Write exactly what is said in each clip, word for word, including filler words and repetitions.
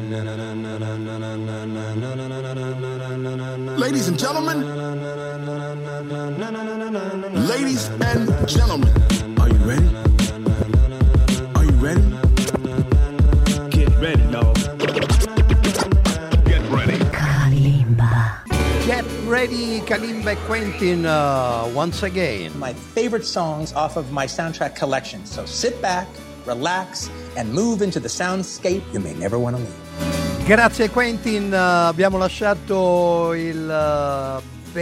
Ladies and gentlemen, ladies and gentlemen, are you ready? Are you ready? Get ready, dog. Get ready. Kalimba. Get ready, Kalimba e Quentin, uh, once again. My favorite songs off of my soundtrack collection. So sit back, relax, and move into the soundscape you may never want to leave. Grazie Quentin, uh, abbiamo lasciato il uh,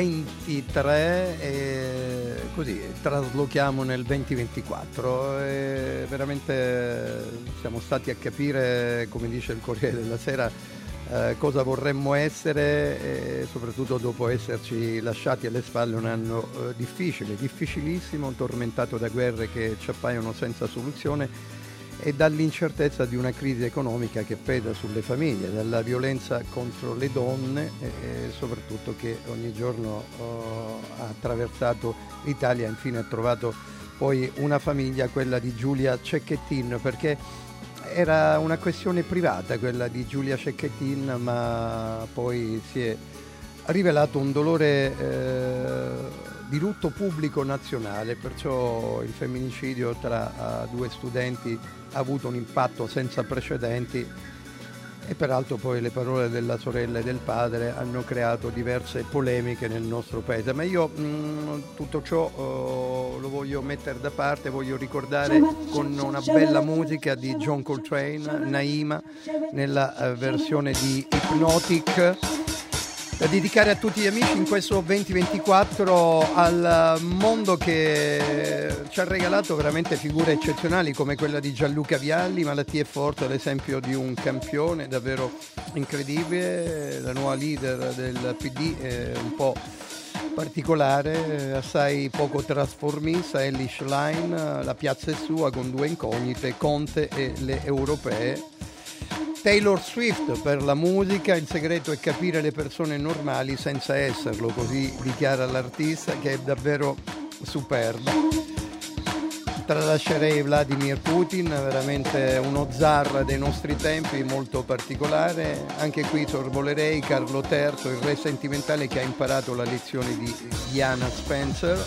ventitré e così traslochiamo nel duemilaventiquattro e veramente siamo stati a capire, come dice il Corriere della Sera, eh, cosa vorremmo essere e soprattutto dopo esserci lasciati alle spalle un anno eh, difficile, difficilissimo, tormentato da guerre che ci appaiono senza soluzione e dall'incertezza di una crisi economica che pesa sulle famiglie, dalla violenza contro le donne e soprattutto che ogni giorno oh, ha attraversato l'Italia e infine ha trovato poi una famiglia, quella di Giulia Cecchettin, perché era una questione privata quella di Giulia Cecchettin, ma poi si è rivelato un dolore eh, di lutto pubblico nazionale, perciò il femminicidio tra uh, due studenti ha avuto un impatto senza precedenti e peraltro poi le parole della sorella e del padre hanno creato diverse polemiche nel nostro paese, ma io mh, tutto ciò uh, lo voglio mettere da parte, voglio ricordare con una bella musica di John Coltrane, Naima, nella uh, versione di Hypnotic, da dedicare a tutti gli amici in questo duemilaventiquattro, al mondo che ci ha regalato veramente figure eccezionali come quella di Gianluca Vialli, malattie forti, l'esempio di un campione davvero incredibile, la nuova leader del P D è un po' particolare, assai poco trasformista, Elly Schlein, la piazza è sua con due incognite, Conte e le europee. Taylor Swift per la musica, il segreto è capire le persone normali senza esserlo, così dichiara l'artista, che è davvero superba. Tralascerei Vladimir Putin, veramente uno zar dei nostri tempi, molto particolare. Anche qui sorvolerei Carlo terzo, il re sentimentale che ha imparato la lezione di Diana Spencer.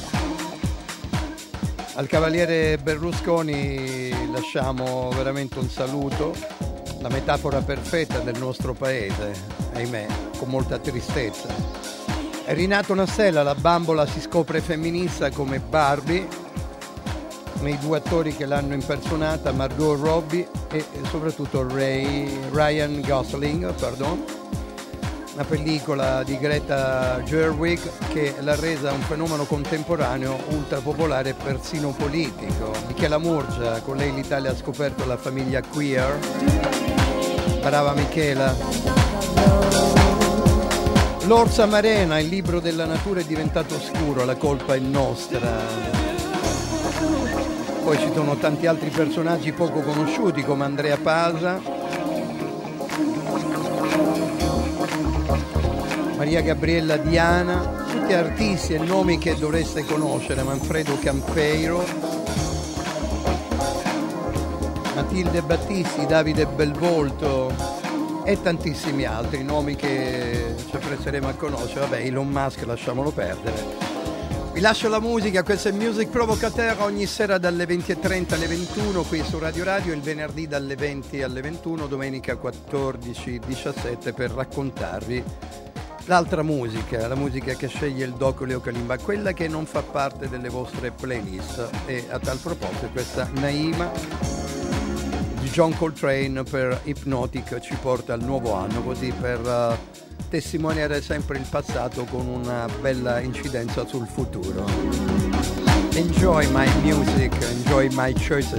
Al cavaliere Berlusconi lasciamo veramente un saluto, la metafora perfetta del nostro paese, ahimè, con molta tristezza. È rinato una stella, la bambola si scopre femminista come Barbie, nei due attori che l'hanno impersonata, Margot Robbie e soprattutto Ray, Ryan Gosling, pardon. Una pellicola di Greta Gerwig che l'ha resa un fenomeno contemporaneo ultra popolare e persino politico. Michela Murgia, con lei l'Italia ha scoperto la famiglia queer. Brava Michela. L'Orsa Marena, il libro della natura è diventato scuro, la colpa è nostra. Poi ci sono tanti altri personaggi poco conosciuti come Andrea Pasa, Maria Gabriella Diana, tutti artisti e nomi che dovreste conoscere, Manfredo Campeiro, Matilde Battisti, Davide Belvolto e tantissimi altri nomi che ci apprezzeremo a conoscere. Vabbè, Elon Musk lasciamolo perdere. Vi lascio la musica, questo è Music Provocateur, ogni sera dalle venti e trenta alle ventuno qui su Radio Radio, il venerdì dalle venti alle ventuno, domenica quattordici diciassette per raccontarvi l'altra musica, la musica che sceglie il doc Leo Kalimba, quella che non fa parte delle vostre playlist. E a tal proposito questa Naima di John Coltrane per Hypnotic ci porta al nuovo anno, così per uh, testimoniare sempre il passato con una bella incidenza sul futuro. Enjoy my music, enjoy my choices.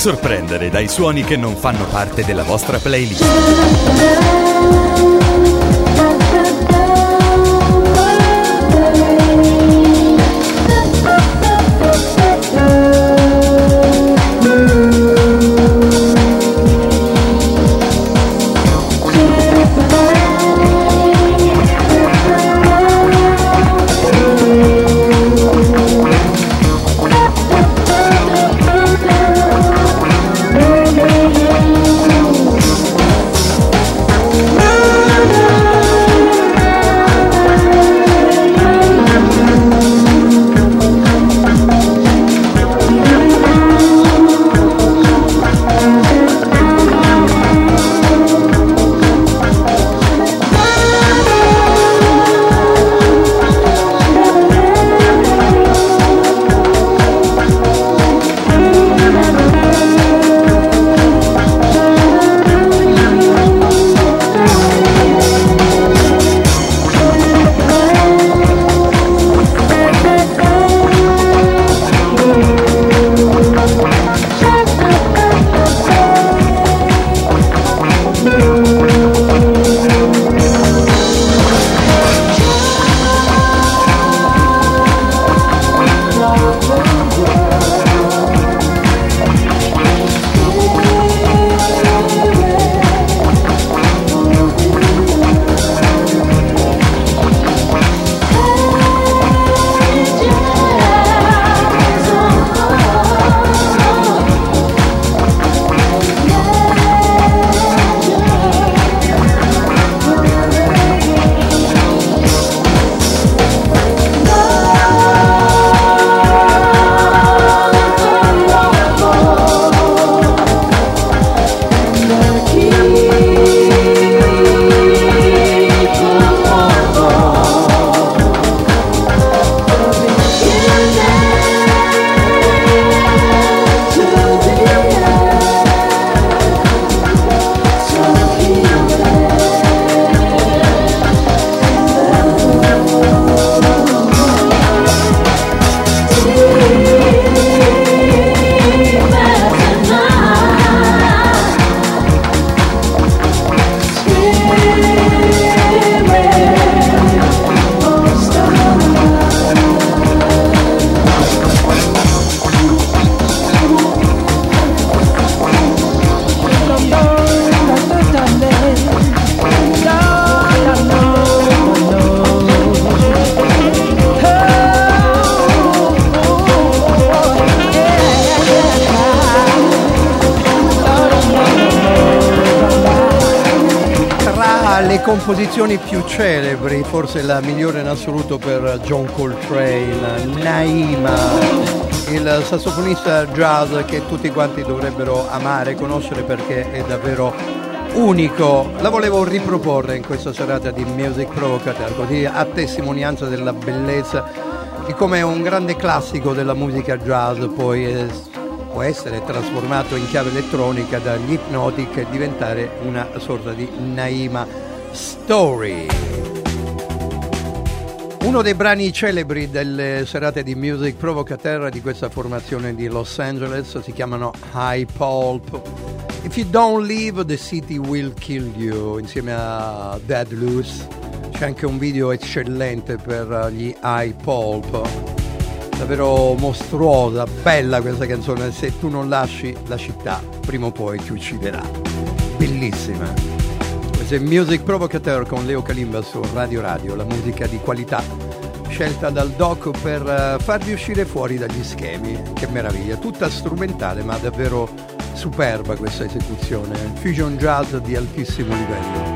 sorprendere dai suoni che non fanno parte della vostra playlist. Composizioni più celebri, forse la migliore in assoluto per John Coltrane, Naima, il sassofonista jazz che tutti quanti dovrebbero amare e conoscere perché è davvero unico. La volevo riproporre in questa serata di Music Provocateur, così a testimonianza della bellezza di come un grande classico della musica jazz poi è, può essere trasformato in chiave elettronica dagli Hypnotic e diventare una sorta di Naima Story. Uno dei brani celebri delle serate di Music Provocateur di questa formazione di Los Angeles si chiamano High Pulp. If You Don't Leave, The City Will Kill You, insieme a Dead Loose. C'è anche un video eccellente per gli High Pulp, davvero mostruosa, bella questa canzone. Se tu non lasci la città, prima o poi ti ucciderà. Bellissima. Questo è Music Provocateur con Leo Kalimba su Radio Radio, la musica di qualità scelta dal doc per farvi uscire fuori dagli schemi. Che meraviglia, tutta strumentale ma davvero superba questa esecuzione, fusion jazz di altissimo livello.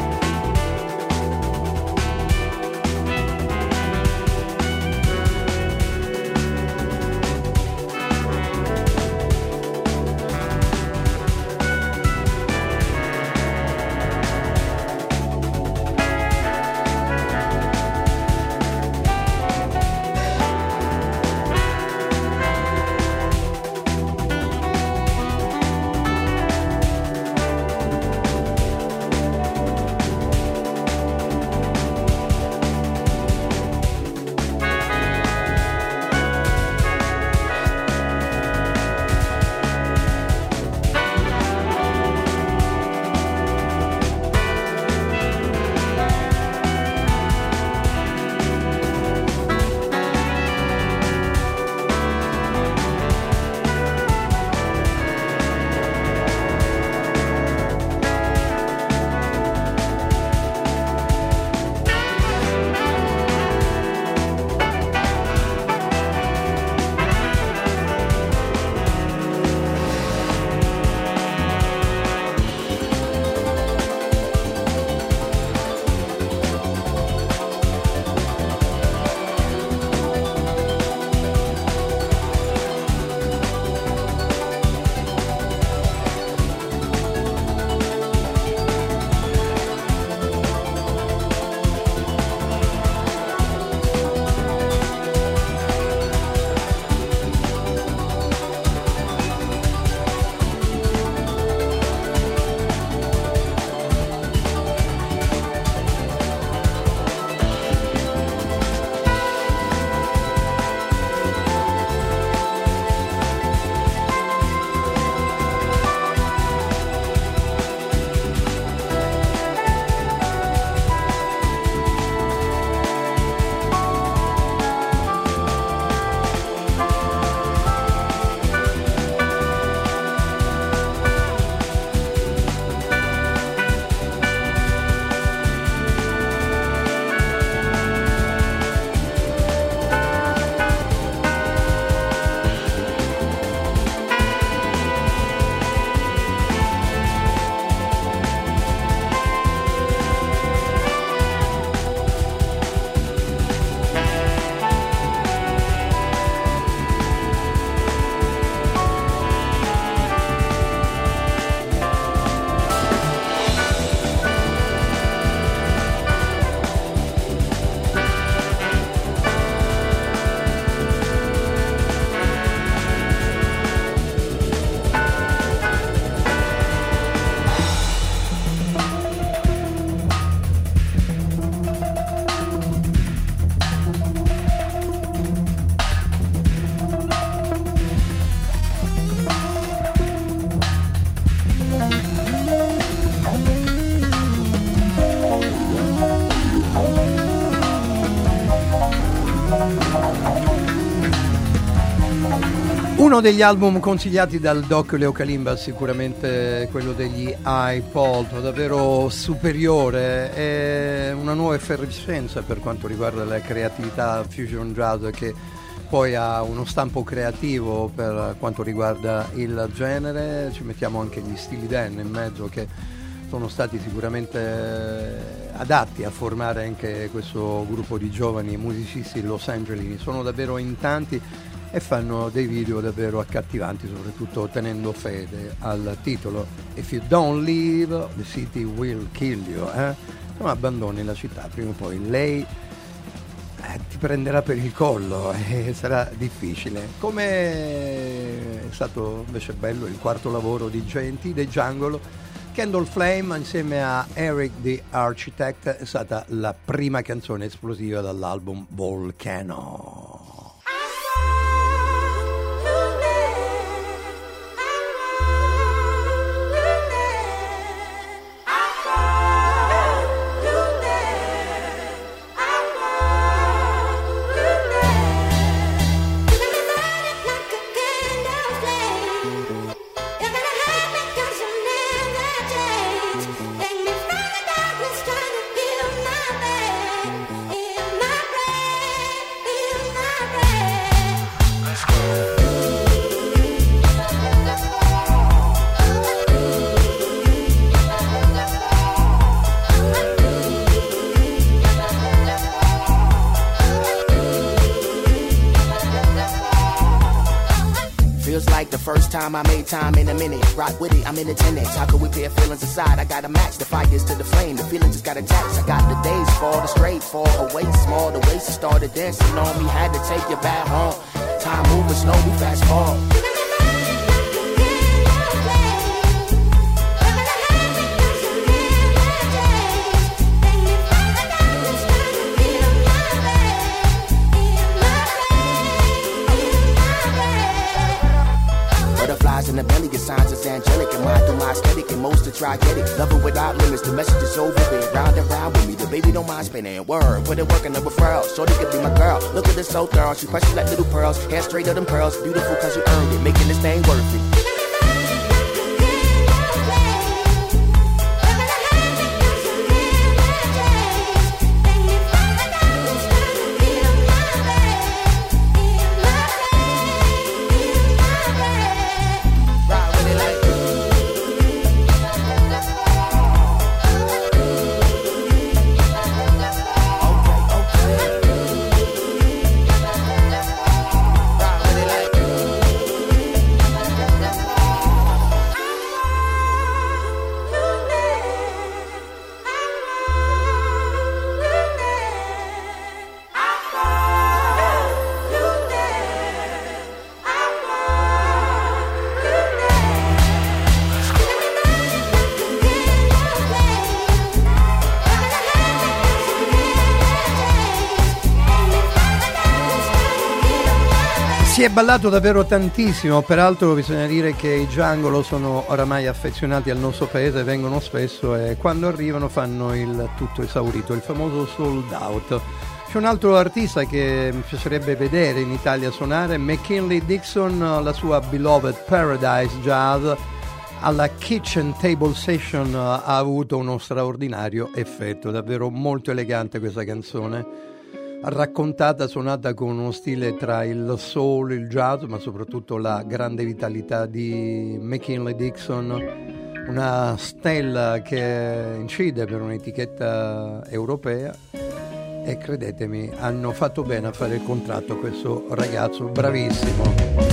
Uno degli album consigliati dal doc Leo Kalimba è sicuramente quello degli iPod, davvero superiore, è una nuova effervescenza per quanto riguarda la creatività fusion jazz, che poi ha uno stampo creativo per quanto riguarda il genere. Ci mettiamo anche gli Steely Dan in mezzo, che sono stati sicuramente adatti a formare anche questo gruppo di giovani musicisti los angelini. Sono davvero in tanti e fanno dei video davvero accattivanti, soprattutto tenendo fede al titolo If you don't leave, the city will kill you. Eh? Se non abbandoni la città, prima o poi lei eh, ti prenderà per il collo e sarà difficile. Come è stato invece bello il quarto lavoro di Genti, dei Django, Candle Flame insieme a Eric the Architect è stata la prima canzone esplosiva dall'album Volcano. First time I made time in a minute. Rock with it, I'm in attendance. How could we pair feelings aside? I gotta match the fires to the flame. The feeling just got attached. I got the days fall the straight, fall away small. The waist started dancing on me. Had to take you back home. Time moving slow, we fast forward. In the belly, your signs is angelic, and mine through my aesthetic, and most to try get it. Love it without limits, the message is over it. Round and round with me, the baby don't mind spinning. Word, put it working the referral. Shorty could be my girl. Look at this so thorough, she precious like little pearls. Hair straight of them pearls, beautiful cause you earned it, making this thing worth it. Si è ballato davvero tantissimo, peraltro bisogna dire che i Django sono oramai affezionati al nostro paese, vengono spesso e quando arrivano fanno il tutto esaurito, il famoso sold out. C'è un altro artista che mi piacerebbe vedere in Italia suonare, McKinley Dixon, la sua Beloved Paradise Jazz alla Kitchen Table Session ha avuto uno straordinario effetto, davvero molto elegante questa canzone, raccontata, suonata con uno stile tra il soul, il jazz, ma soprattutto la grande vitalità di McKinley Dixon, una stella che incide per un'etichetta europea e credetemi, hanno fatto bene a fare il contratto a questo ragazzo bravissimo.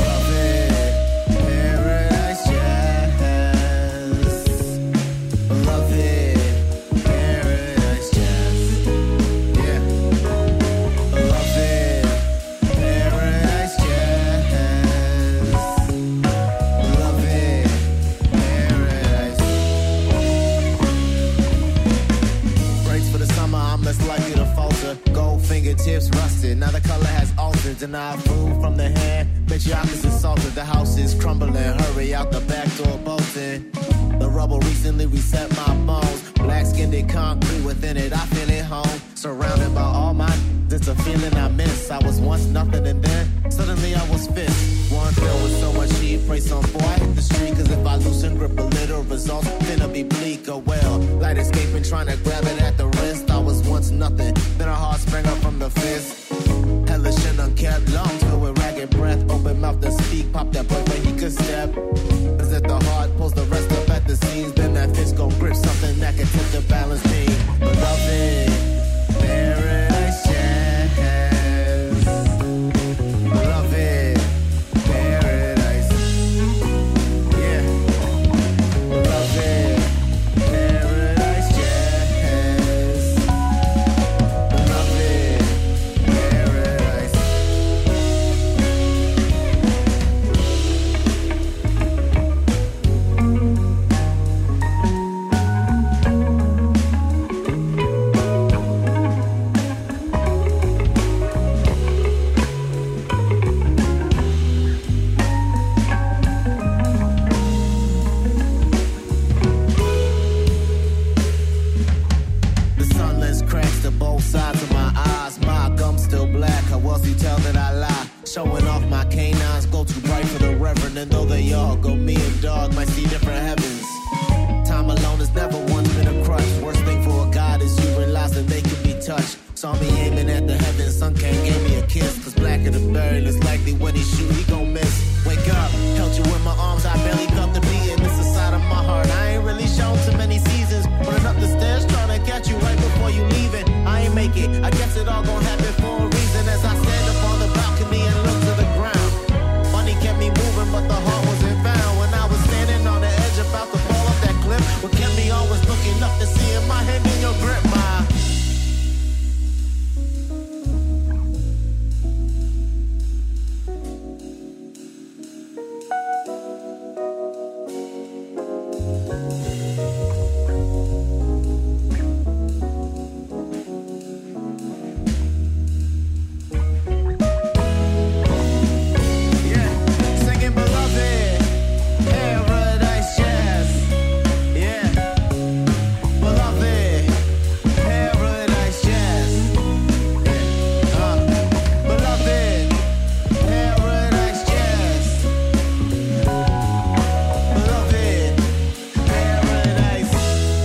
Tips rusted, now the color has altered. Denied food from the hand, bet your opposite salted. The house is crumbling, hurry out the back door bolting. The rubble recently reset my bones. Black skinned concrete within it, I feel it home. Surrounded by all my, it's a feeling I miss. I was once nothing and then suddenly I was fifth. One girl was so pray some boy I hit the street, cause if I loosen grip a little results, then I'll be bleak. Oh well, light escaping, trying to grab it at the wrist. I was once nothing, then a heart sprang up from the fist. Hellish and unkept lungs filled with ragged breath. Open mouth to speak, pop that boy when he could step. Cause if the heart pulls the rest up at the seams, then that fist gon' grip something that can tip the balance beam. Beloved, paradise jazz. Beloved, paradise. Yeah. Beloved, paradise jazz. Beloved, paradise. The sunless cracks to both sides of my eyes. My gum's still black. How else you tell that I lie? Showing off my canines go too bright for the reverend. And though they all go, me and dog might see different heavens. Time alone has never once been a crutch. Worst thing for a god is you realize that they can be touched. Saw me aiming at the heavens, sun came, gave me a kiss. Cause blacker the berry, less likely when he shoot, he gon' miss. Wake up, held you in my arms, I barely felt the beating. It's the side of my heart, I ain't really shown too many seasons. Running up the stairs, trying to catch you right before you leaving. I ain't make it, I guess it all gon' happen for a reason. As I stand up on the balcony and look to the ground. Money kept me moving, but the heart wasn't found. When I was standing on the edge about to fall off that cliff, what kept me on was looking up to see in my hand in your grip, my. Singing beloved, paradise jazz. Yeah, beloved, paradise jazz. Yeah, uh, beloved, paradise jazz. Beloved, paradise.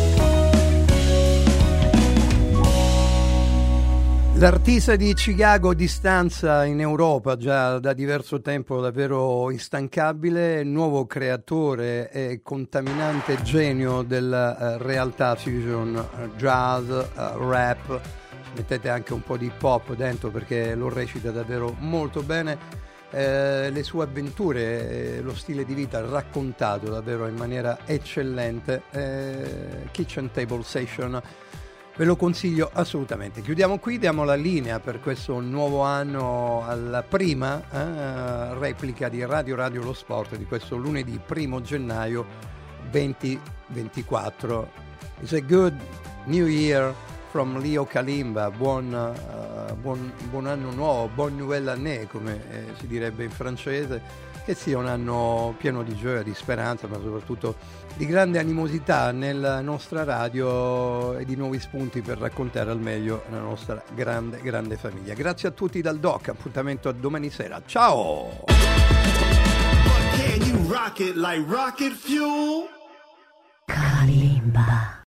L'artista di Chicago di stanza in Europa già da diverso tempo, davvero instancabile, nuovo creatore e contaminante genio della uh, realtà fusion, uh, jazz, uh, rap, mettete anche un po' di pop dentro perché lo recita davvero molto bene, eh, le sue avventure, eh, lo stile di vita raccontato davvero in maniera eccellente, eh, Kitchen Table Session. Ve lo consiglio assolutamente. Chiudiamo qui, diamo la linea per questo nuovo anno alla prima eh, replica di Radio Radio Lo Sport di questo lunedì primo gennaio duemilaventiquattro. It's a good new year from Leo Kalimba. Buon, uh, buon, buon anno nuovo, buon nouvelle année come eh, si direbbe in francese. Che sia un anno pieno di gioia, di speranza, ma soprattutto di grande animosità nella nostra radio e di nuovi spunti per raccontare al meglio la nostra grande, grande famiglia. Grazie a tutti dal Doc, appuntamento a domani sera. Ciao! Can you rock it like rocket fuel? Kalimba.